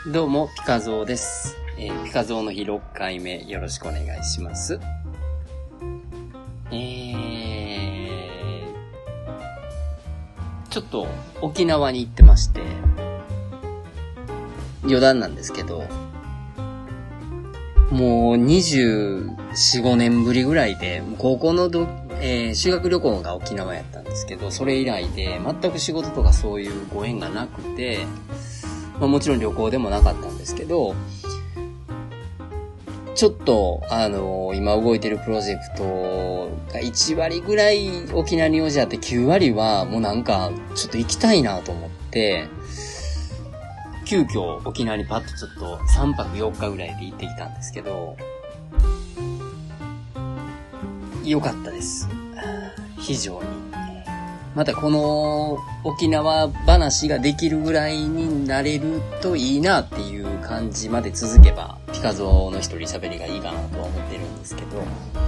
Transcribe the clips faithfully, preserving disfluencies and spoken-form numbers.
どうも、ピカゾーです。えー、ピカゾーの日ろっかいめ、よろしくお願いします。えー、ちょっと沖縄に行ってまして、余談なんですけど、もうにじゅうよん、ごねんぶりぐらいで、高校のど、えー、修学旅行が沖縄やったんですけど、それ以来で全く仕事とかそういうご縁がなくて、まあ、もちろん旅行でもなかったんですけど、ちょっと、あのー、今動いてるプロジェクトがいちわりぐらい沖縄に用事あってきゅうわりはもうなんかちょっと行きたいなと思って、急遽沖縄にパッとちょっとさんぱくよっかぐらいで行ってきたんですけど、良かったです。非常に。またこの沖縄話ができるぐらいになれるといいなっていう感じまで続けば、ピカゾーの一人喋りがいいかなとは思ってるんですけど。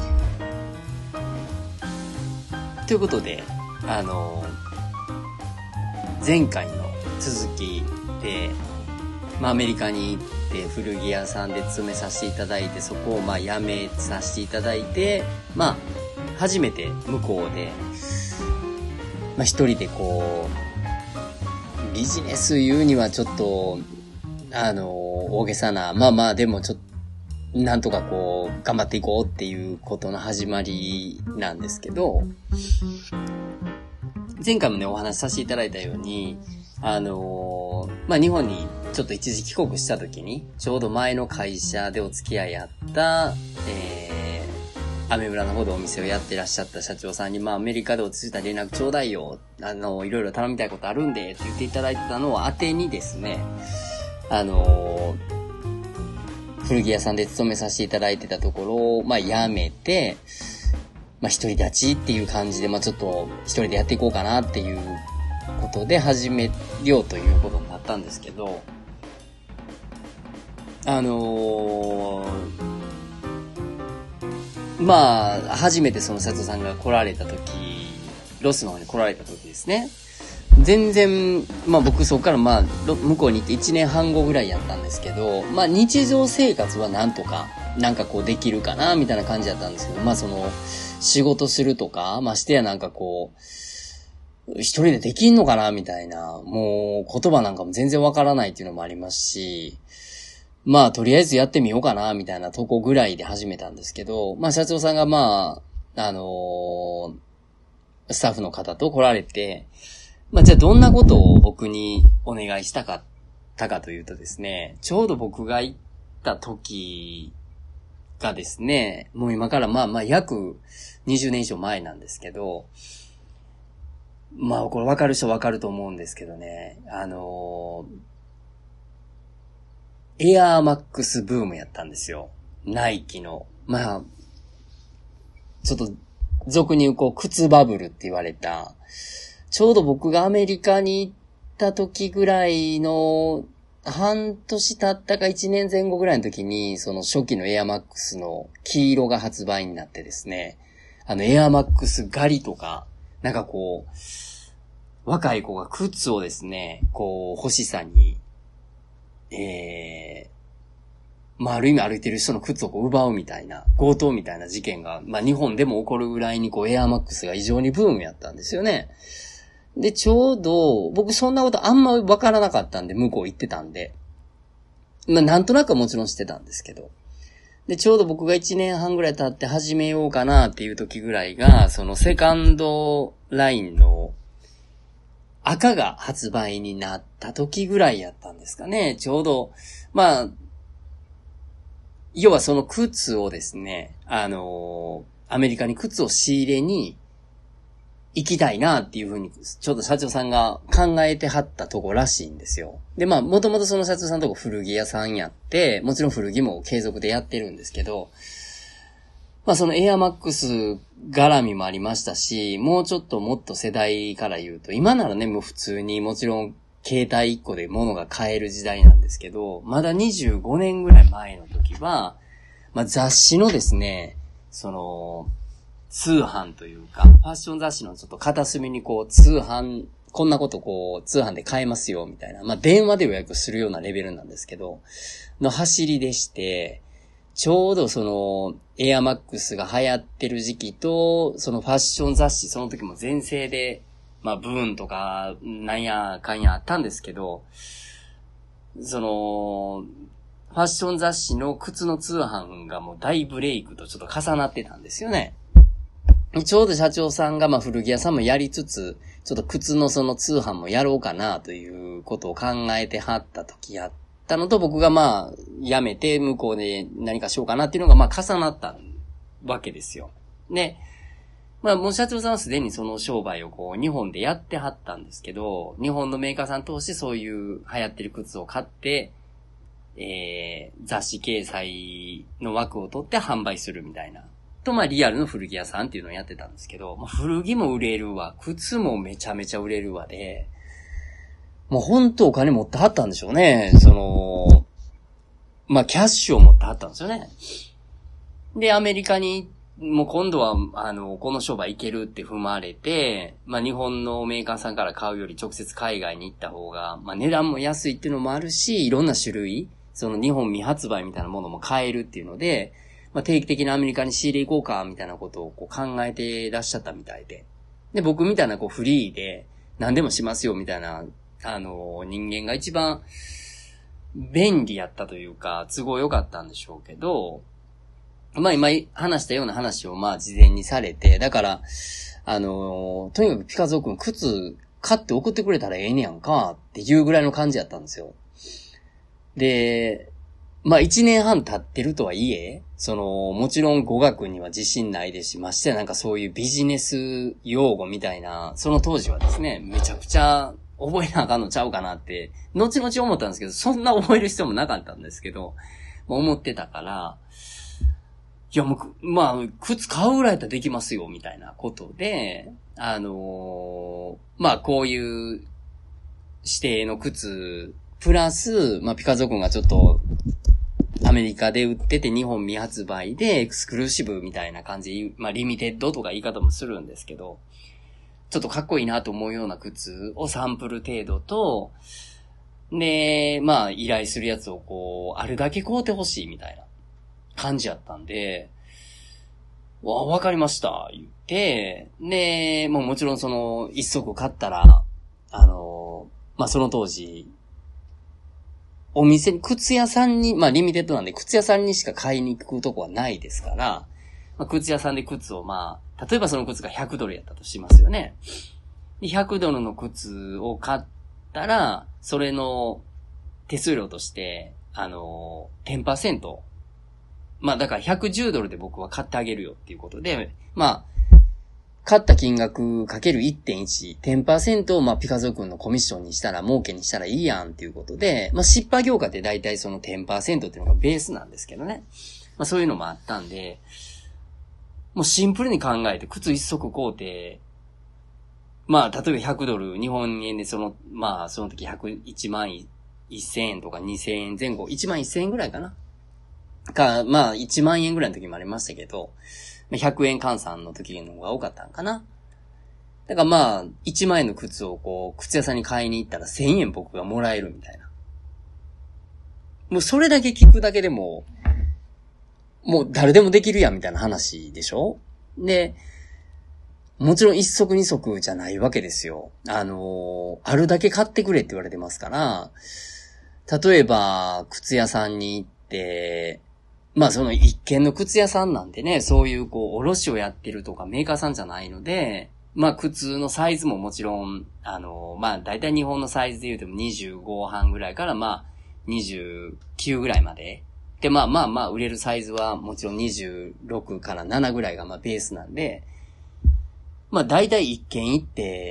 ということで、あの、前回の続きで、まあアメリカに行って古着屋さんで勤めさせていただいて、そこをまあ辞めさせていただいて、まあ初めて向こうで、まあ一人でこう、ビジネス言うにはちょっと、あの、大げさな、まあまあでもちょっと、なんとかこう、頑張っていこうっていうことの始まりなんですけど、前回もね、お話しさせていただいたように、あの、まあ日本にちょっと一時帰国した時に、ちょうど前の会社でお付き合いあった、えー、アメ村の方でお店をやってらっしゃった社長さんに、まあアメリカで落ち着いた連絡ちょうだいよ、あの、いろいろ頼みたいことあるんで、って言っていただいてたのを当てにですね、あの、古着屋さんで勤めさせていただいてたところを、まあ辞めて、まあ一人立ちっていう感じで、まあちょっと一人でやっていこうかなっていうことで始めようということになったんですけど、あのー、まあ、初めてその社長さんが来られた時、ロスの方に来られた時ですね。全然、まあ僕そこからまあ、向こうに行っていちねんはんごぐらいやったんですけど、まあ日常生活はなんとか、なんかこうできるかな、みたいな感じだったんですけど、まあその、仕事するとか、ましてやなんかこう、一人でできんのかな、みたいな、もう言葉なんかも全然わからないっていうのもありますし、まあ、とりあえずやってみようかな、みたいなとこぐらいで始めたんですけど、まあ、社長さんがまあ、あのー、スタッフの方と来られて、まあ、じゃあどんなことを僕にお願いしたかったかというとですね、ちょうど僕が行った時がですね、もう今からまあまあ約にじゅうねん以上前なんですけど、まあ、これ分かる人分かると思うんですけどね、あのー、エアーマックスブームやったんですよ。ナイキの。まあ、ちょっと、俗に言うこう、靴バブルって言われた。ちょうど僕がアメリカに行った時ぐらいの、半年経ったかいちねんぜん後ぐらいの時に、その初期のエアーマックスの黄色が発売になってですね、あのエアーマックス狩りとか、なんかこう、若い子が靴をですね、こう、欲しさに、えー、まあ、ある意味歩いてる人の靴をこう奪うみたいな、強盗みたいな事件が、まあ、日本でも起こるぐらいにこう、エアーマックスが異常にブームやったんですよね。で、ちょうど、僕そんなことあんまわからなかったんで、向こう行ってたんで。まあ、なんとなくはもちろんしてたんですけど。で、ちょうど僕がいちねんはんぐらい経って始めようかなっていう時ぐらいが、そのセカンドラインの、赤が発売になった時ぐらいやったんですかね。ちょうど、まあ、要はその靴をですね、あのー、アメリカに靴を仕入れに行きたいなっていうふうに、ちょうど社長さんが考えてはったとこらしいんですよ。で、まあ、もともとその社長さんのとこ古着屋さんやって、もちろん古着も継続でやってるんですけど、まあそのエアマックス絡みもありましたし、もうちょっともっと世代から言うと、今ならね、もう普通にもちろん携帯いっこで物が買える時代なんですけど、まだにじゅうごねんぐらい前の時は、まあ雑誌のですね、その、通販というか、ファッション雑誌のちょっと片隅にこう通販こんなことこう、通販で買えますよ、みたいな。まあ、電話で予約するようなレベルなんですけど、の走りでして、ちょうどその、エアマックスが流行ってる時期と、そのファッション雑誌、その時も全盛で、まあ、ブーンとか、なんやかんやあったんですけど、その、ファッション雑誌の靴の通販がもう大ブレイクとちょっと重なってたんですよね。ちょうど社長さんがまあ古着屋さんもやりつつ、ちょっと靴のその通販もやろうかなということを考えてはった時やったのと、僕がまあ辞めて向こうで何かしようかなっていうのがまあ重なったわけですよ。で、まあもう社長さんはすでにその商売をこう日本でやってはったんですけど、日本のメーカーさん通してそういう流行ってる靴を買って、えー、雑誌掲載の枠を取って販売するみたいな。と、まあ、リアルの古着屋さんっていうのをやってたんですけど、まあ、古着も売れるわ、靴もめちゃめちゃ売れるわで、もう本当お金持ってはったんでしょうね。その、まあ、キャッシュを持ってはったんですよね。で、アメリカに、もう今度は、あの、この商売いけるって踏まれて、まあ、日本のメーカーさんから買うより直接海外に行った方が、まあ、値段も安いっていうのもあるし、いろんな種類、その日本未発売みたいなものも買えるっていうので、まあ、定期的にアメリカに仕入れ行こうか、みたいなことをこう考えていらっしゃったみたいで。で、僕みたいなこうフリーで何でもしますよ、みたいな、あの、人間が一番便利やったというか、都合良かったんでしょうけど、まあ今話したような話をまあ事前にされて、だから、あの、とにかくピカゾー君靴買って送ってくれたらええねやんか、っていうぐらいの感じやったんですよ。で、まあ一年半経ってるとはいえ、その、もちろん語学には自信ないですし、ましてやなんかそういうビジネス用語みたいな、その当時はですね、めちゃくちゃ覚えなあかんのちゃうかなって、後々思ったんですけど、そんな覚える必要もなかったんですけど、思ってたから、いやもう、まあ、靴買うぐらいだったらできますよ、みたいなことで、あのー、まあこういう指定の靴、プラス、まあピカゾ君がちょっと、アメリカで売ってて日本未発売でエクスクルーシブみたいな感じ、まあリミテッドとか言い方もするんですけど、ちょっとかっこいいなと思うような靴をサンプル程度と、で、まあ依頼するやつをこう、あるだけ買うてほしいみたいな感じやったんで、わ、わかりました、言って、で、もうもちろんその一足買ったら、あの、まあその当時、お店に、靴屋さんに、まあリミテッドなんで靴屋さんにしか買いに行くとこはないですから、まあ、靴屋さんで靴をまあ、例えばその靴がひゃくドルやったとしますよね。でひゃくドルの靴を買ったら、それの手数料として、あの、じゅっパーセント。まあだからひゃくじゅうドルで僕は買ってあげるよっていうことで、まあ、買った金額かける いってんいち、じゅっパーセント をまあピカゾ君のコミッションにしたら、儲けにしたらいいやんっていうことで、まあ失敗業界って大体その じゅっパーセント っていうのがベースなんですけどね。まあそういうのもあったんで、もうシンプルに考えて靴一足買うて、まあ例えばひゃくドル、日本円でその、まあその時ひゃくいちまんせんえんとかにせんえん前後、いちまんせんえんぐらいかな。か、まあいちまんえんぐらいの時もありましたけど、ひゃくえん換算の時の方が多かったんかな。だからまあ、いちまんえんの靴をこう、靴屋さんに買いに行ったらせんえん僕がもらえるみたいな。もうそれだけ聞くだけでも、もう誰でもできるやんみたいな話でしょ？で、もちろん一足二足じゃないわけですよ。あのー、あるだけ買ってくれって言われてますから、例えば、靴屋さんに行って、まあその一軒の靴屋さんなんでね、そういうこう、卸をやってるとかメーカーさんじゃないので、まあ靴のサイズももちろん、あの、まあ大体日本のサイズで言うとにじゅうごはんぐらいからまあにじゅうきゅうぐらいまで。でまあまあまあ売れるサイズはもちろんにじゅうろくからななぐらいがまあベースなんで、まあ大体一軒行って、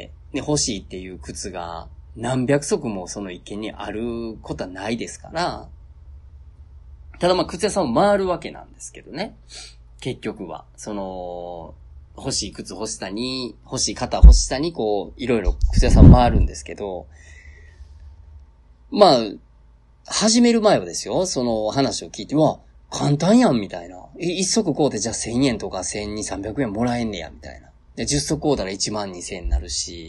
ね、欲しいっていう靴が何百足もその一軒にあることはないですから、ただまあ靴屋さんを回るわけなんですけどね。結局は。その、欲しい靴欲しさに、欲しい型欲しさにこう、いろいろ靴屋さん回るんですけど、まあ、始める前はですよ、その話を聞いて、わ、簡単やんみたいな。え、一足買うてじゃあせんえんとかせんにひゃく、さんびゃくえんもらえんねや、みたいな。で、じゅっ足買うたらいちまんにせんえんになるし、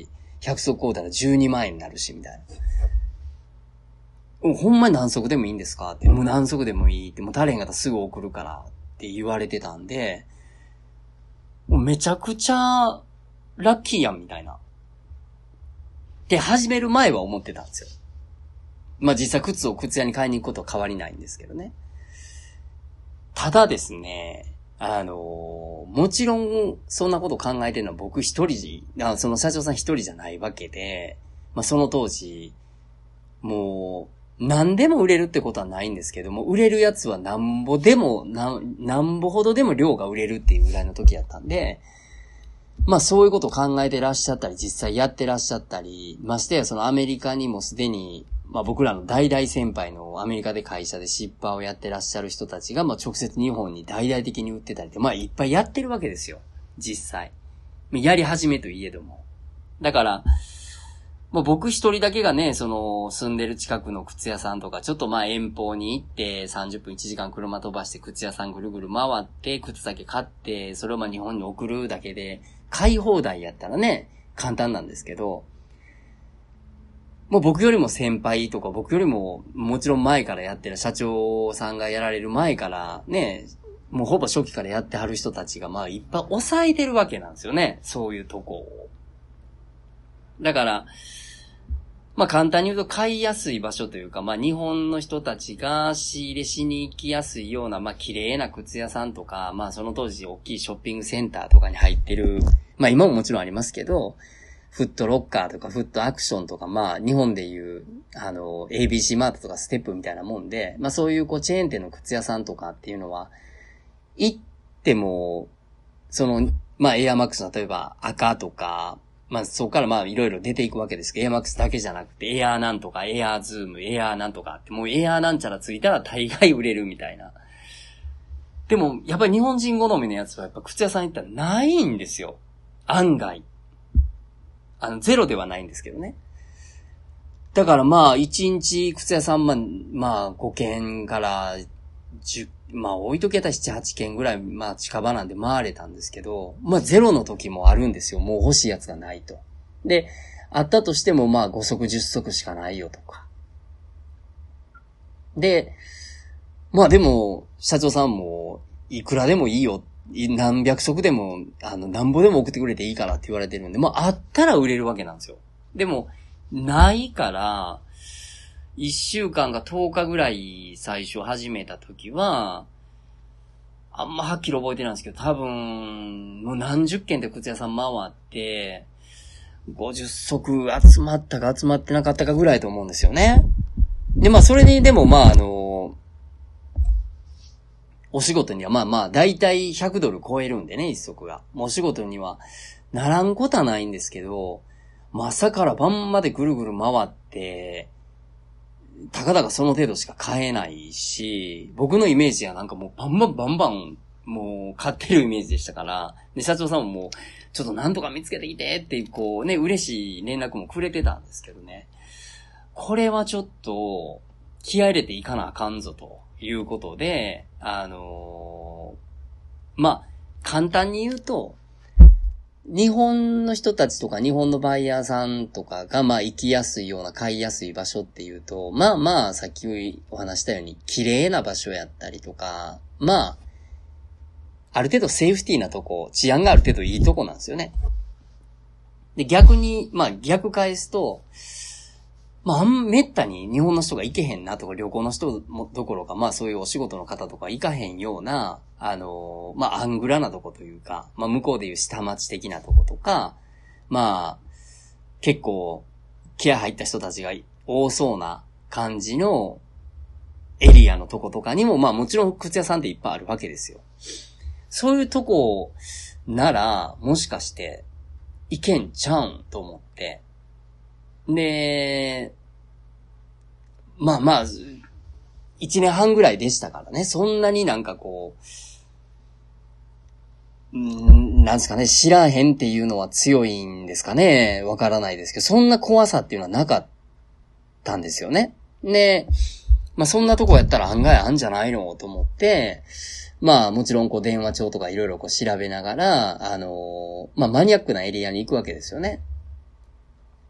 ひゃく足買うたらじゅうにまんえんになるし、みたいな。ほんまに何足でもいいんですかって、もう何足でもいいって、もう足れへんかったらすぐ送るからって言われてたんで、もうめちゃくちゃラッキーやん、みたいな。で、始める前は思ってたんですよ。まあ実際靴を靴屋に買いに行くことは変わりないんですけどね。ただですね、あのー、もちろんそんなことを考えてるのは僕一人あ、その社長さん一人じゃないわけで、まあその当時、もう何でも売れるってことはないんですけども、売れるやつはなんぼでも、なん、なんぼほどでも量が売れるっていうぐらいの時やったんで、まあそういうことを考えてらっしゃったり、実際やってらっしゃったり、ましてやそのアメリカにもすでに、まあ僕らの大々先輩のアメリカで会社でシッパーをやってらっしゃる人たちが、まあ直接日本に大々的に売ってたりって、まあいっぱいやってるわけですよ。実際。やり始めといえども。だから、もう僕一人だけがね、その住んでる近くの靴屋さんとか、ちょっとまあ遠方に行ってさんじゅっぷんいちじかん車飛ばして靴屋さんぐるぐる回って、靴だけ買って、それをまあ日本に送るだけで、買い放題やったらね、簡単なんですけど、もう僕よりも先輩とか僕よりももちろん前からやってる社長さんがやられる前からね、もうほぼ初期からやってはる人たちがまあいっぱい抑えてるわけなんですよね。そういうとこを。だから、まあ簡単に言うと買いやすい場所というか、まあ日本の人たちが仕入れしに行きやすいような、まあ綺麗な靴屋さんとか、まあその当時大きいショッピングセンターとかに入ってる、まあ今ももちろんありますけど、フットロッカーとかフットアクションとか、まあ日本でいう、あの、エービーシー マートとかステップみたいなもんで、まあそういうこうチェーン店の靴屋さんとかっていうのは、行っても、その、まあエアマックスの例えば赤とか、まあそこからまあいろいろ出ていくわけですけど、エアマックスだけじゃなくて、エアーなんとか、エアーズーム、エアーなんとかって、もうエアーなんちゃらついたら大概売れるみたいな。でも、やっぱり日本人好みのやつはやっぱ靴屋さん行ったらないんですよ。案外。あの、ゼロではないんですけどね。だからまあ、一日靴屋さん、まあ、まあ、ごけんからじゅう、まあ、置いときやったらなな、はちけんぐらい、まあ、近場なんで回れたんですけど、まあ、ゼロの時もあるんですよ。もう欲しいやつがないと。で、あったとしてもまあ、ご足じゅっ足しかないよとか。で、まあでも、社長さんも、いくらでもいいよ。何百足でも、あの、何ぼでも送ってくれていいからって言われてるんで、まあ、あったら売れるわけなんですよ。でも、ないから、いっしゅうかんかとおかぐらい最初始めた時は、あんまはっきり覚えてないんですけど、多分、もう何十件で靴屋さん回って、ごじゅっ足集まったか集まってなかったかぐらいと思うんですよね。で、まあ、それにでも、まあ、あの、お仕事にはまあまあ、だいたいひゃくドル超えるんでね、一足が。もうお仕事にはならんことはないんですけど、朝から晩までぐるぐる回って、たかだかその程度しか買えないし、僕のイメージはなんかもうバンバンバンバンもう買ってるイメージでしたから、で、社長さんももう、ちょっとなんとか見つけてきてってこうね、嬉しい連絡もくれてたんですけどね。これはちょっと気合入れていかなあかんぞということで、あのー、まあ、簡単に言うと、日本の人たちとか日本のバイヤーさんとかがまあ行きやすいような買いやすい場所っていうと、まあまあさっきお話したように綺麗な場所やったりとか、まあ、ある程度セーフティーなとこ、治安がある程度いいとこなんですよね。で、逆に、まあ逆返すと、まあ、めったに日本の人が行けへんなとか旅行の人もどころか、まあそういうお仕事の方とか行かへんような、あのー、まあアングラなとこというか、まあ向こうでいう下町的なとことか、まあ結構気合入った人たちが多そうな感じのエリアのとことかにも、まあもちろん靴屋さんっていっぱいあるわけですよ。そういうとこなら、もしかして行けんちゃうんと思って、で、まあまあ、一年半ぐらいでしたからね、そんなになんかこう、んなんですかね、知らへんっていうのは強いんですかね、わからないですけど、そんな怖さっていうのはなかったんですよね。で、まあそんなとこやったら案外あんじゃないのと思って、まあもちろんこう電話帳とかいろいろこう調べながら、あのー、まあマニアックなエリアに行くわけですよね。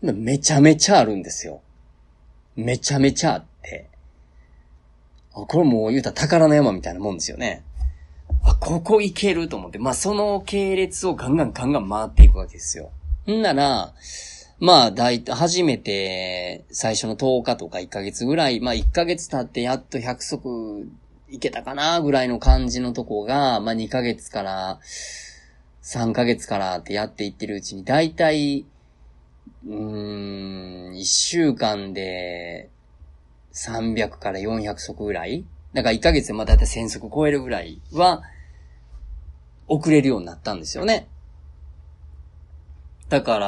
めちゃめちゃあるんですよ。めちゃめちゃあって。これもう言うたら宝の山みたいなもんですよね。あ、ここ行けると思って。まあ、その系列をガンガンガンガン回っていくわけですよ。んなら、まあ、だいたい初めて最初のとおかとかいっかげつぐらい、まあいっかげつ経ってやっとひゃく足いけたかなぐらいの感じのとこが、まあにかげつからさんかげつからってやっていってるうちに、だいたい、うーん、いっしゅうかんでさんびゃくからよんひゃく足ぐらい、だからいっかげつでまあだいたいせん足超えるぐらいは遅れるようになったんですよね。だから、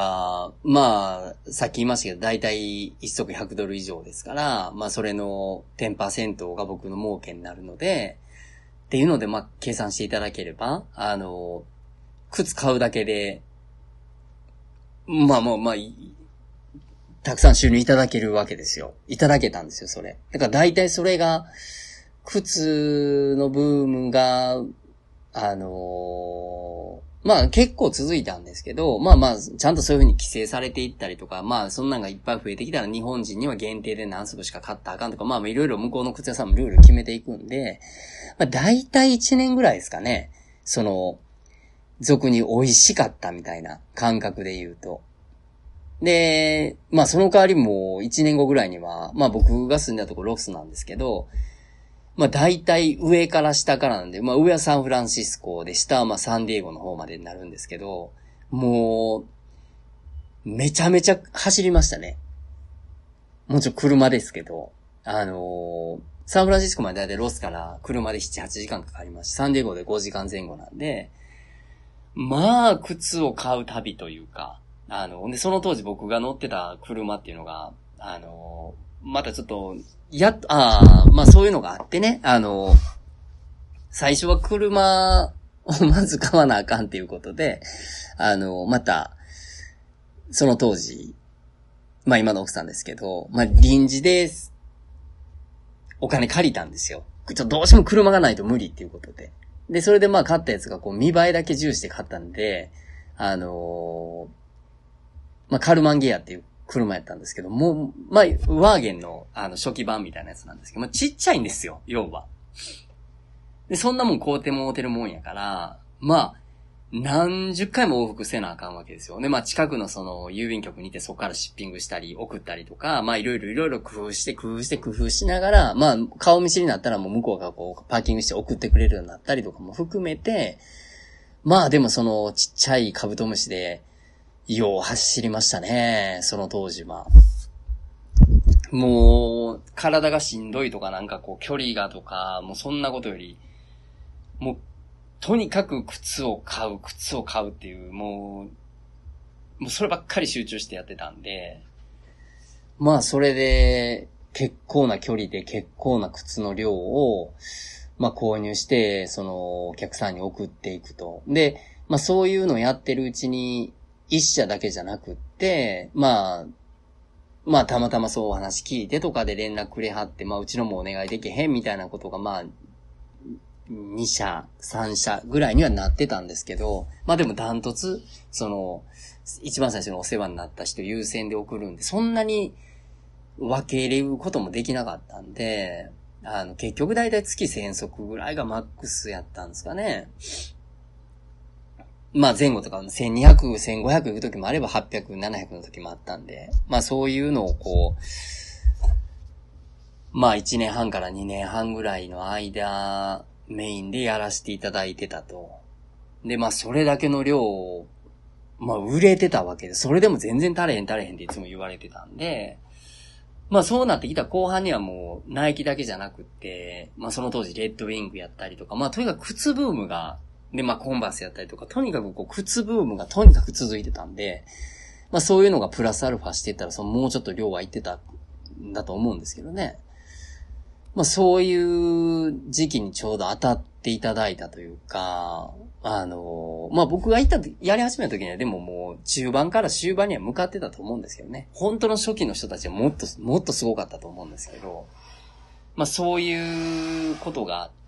まあ、さっき言いましたけど、だいたいいっ足ひゃくドル以上ですから、まあそれの じゅっパーセント が僕の儲けになるので、っていうので、まあ計算していただければ、あの、靴買うだけで、まあまあまあ、たくさん収入いただけるわけですよ。いただけたんですよ、それ。だからだいたいそれが、靴のブームが、あのー、まあ結構続いたんですけど、まあまあ、ちゃんとそういう風に規制されていったりとか、まあそんなんがいっぱい増えてきたら日本人には限定で何足しか買ったらあかんとか、まあいろいろ向こうの靴屋さんもルール決めていくんで、まあ大体いちねんぐらいですかね。その、俗に美味しかったみたいな感覚で言うと。で、まあその代わりもいちねんごぐらいには、まあ僕が住んだところロスなんですけど、まあ大体上から下からなんで、まあ上はサンフランシスコで、下はまあサンディエゴの方までになるんですけど、もう、めちゃめちゃ走りましたね。もちろん車ですけど、あのー、サンフランシスコまでだいたいロスから車でなな、はちじかんかかりますし、サンディエゴでごじかんぜん後なんで、まあ靴を買う旅というか、あの、で、その当時僕が乗ってた車っていうのが、あのー、またちょっと、やっと、ああ、まあそういうのがあってね、あの、最初は車をまず買わなあかんっていうことで、あの、また、その当時、まあ今の奥さんですけど、まあ臨時で、お金借りたんですよ。ちょっとどうしても車がないと無理っていうことで。で、それでまあ買ったやつがこう見栄えだけ重視で買ったんで、あのー、まあカルマンギアっていう車やったんですけど、もう、まあ、ワーゲンの、あの、初期版みたいなやつなんですけど、まあ、ちっちゃいんですよ、要は。で、そんなもん買うてもうてるもんやから、まあ、何十回も往復せなあかんわけですよ。で、まあ、近くのその、郵便局にてそこからシッピングしたり、送ったりとか、まあ、いろいろいろいろ工夫して、工夫して、工夫しながら、まあ、顔見知りになったらもう向こうがこう、パーキングして送ってくれるようになったりとかも含めて、まあ、でもその、ちっちゃいカブトムシで、よう走りましたね、その当時は。もう、体がしんどいとかなんかこう、距離がとか、もうそんなことより、もう、とにかく靴を買う、靴を買うっていう、もう、もうそればっかり集中してやってたんで、まあそれで、結構な距離で結構な靴の量を、まあ購入して、その、お客さんに送っていくと。で、まあそういうのをやってるうちに、一社だけじゃなくって、まあ、まあたまたまそうお話聞いてとかで連絡くれはって、まあうちのもお願いできへんみたいなことがまあ、に社、さん社ぐらいにはなってたんですけど、まあでもダントツ、その、一番最初のお世話になった人優先で送るんで、そんなに分け入れることもできなかったんで、あの、結局だいたい月せん足ぐらいがマックスやったんですかね。まあ前後とかせんにひゃく、せんごひゃく行く時もあればはっぴゃく、ななひゃくの時もあったんで、まあそういうのをこう、まあいちねんはんからにねんはんぐらいの間、メインでやらせていただいてたと。で、まあそれだけの量を、まあ売れてたわけで、それでも全然足れへん足れへんっていつも言われてたんで、まあそうなってきた後半にはもうナイキだけじゃなくって、まあその当時レッドウィングやったりとか、まあとにかく靴ブームが、で、まあ、コンバースやったりとか、とにかくこう、靴ブームがとにかく続いてたんで、まあ、そういうのがプラスアルファしていったら、その、もうちょっと量はいってたんだと思うんですけどね。まあ、そういう時期にちょうど当たっていただいたというか、あの、まあ、僕が行った、やり始めた時には、でももう、中盤から終盤には向かってたと思うんですけどね。本当の初期の人たちはもっと、もっとすごかったと思うんですけど、まあ、そういうことがあって、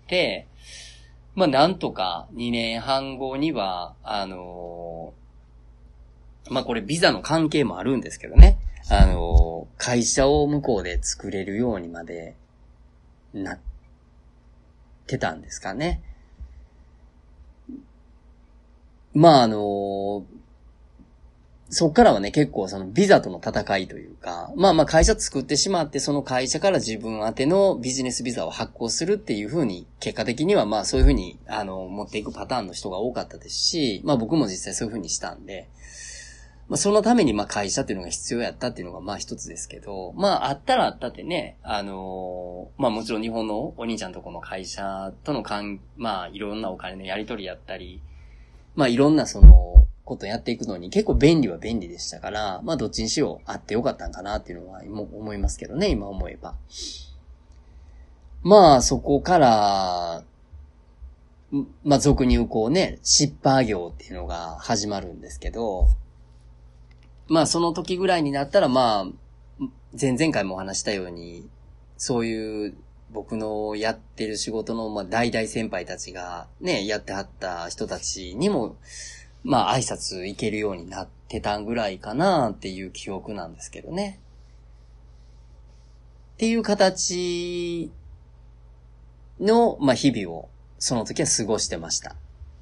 まあ、なんとかにねんはん後には、あのー、まあ、これビザの関係もあるんですけどね。 あの、会社を向こうで作れるようにまでなってたんですかね。まああの、そっからはね、結構そのビザとの戦いというか、まあまあ会社作ってしまって、その会社から自分宛てのビジネスビザを発行するっていう風に、結果的にはまあそういう風に、あの、持っていくパターンの人が多かったですし、まあ僕も実際そういう風にしたんで、まあそのためにまあ会社っていうのが必要やったっていうのがまあ一つですけど、まああったらあったってね、あのー、まあもちろん日本のお兄ちゃんとこの会社との関、まあいろんなお金のやり取りやったり、まあいろんなその、ことやっていくのに結構便利は便利でしたから、まあどっちにしろあってよかったんかなっていうのは思いますけどね、今思えば。まあそこから、まあ俗に言うこうね、シッパー業っていうのが始まるんですけど、まあその時ぐらいになったらまあ、前々回もお話したように、そういう僕のやってる仕事のまあ大々先輩たちがね、やってはった人たちにも、まあ挨拶行けるようになってたぐらいかなっていう記憶なんですけどね。っていう形の、まあ日々をその時は過ごしてました。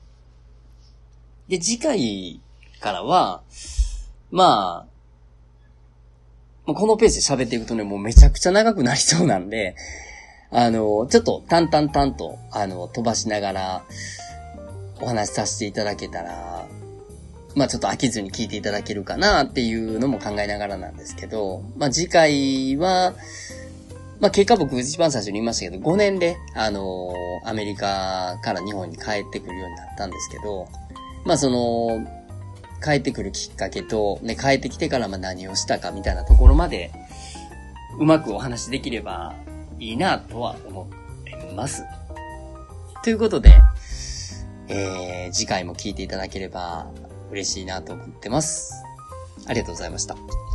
で、次回からは、まあ、このページで喋っていくとね、もうめちゃくちゃ長くなりそうなんで、あの、ちょっと淡々淡と、あの、飛ばしながら、お話しさせていただけたら、まあちょっと飽きずに聞いていただけるかなっていうのも考えながらなんですけど、まあ次回は、まあ結果僕一番最初に言いましたけど、ごねんで、あのー、アメリカから日本に帰ってくるようになったんですけど、まあその、帰ってくるきっかけと、ね、帰ってきてからまあ何をしたかみたいなところまで、うまくお話できればいいなとは思ってます。ということで、えー、次回も聞いていただければ嬉しいなと思ってます。ありがとうございました。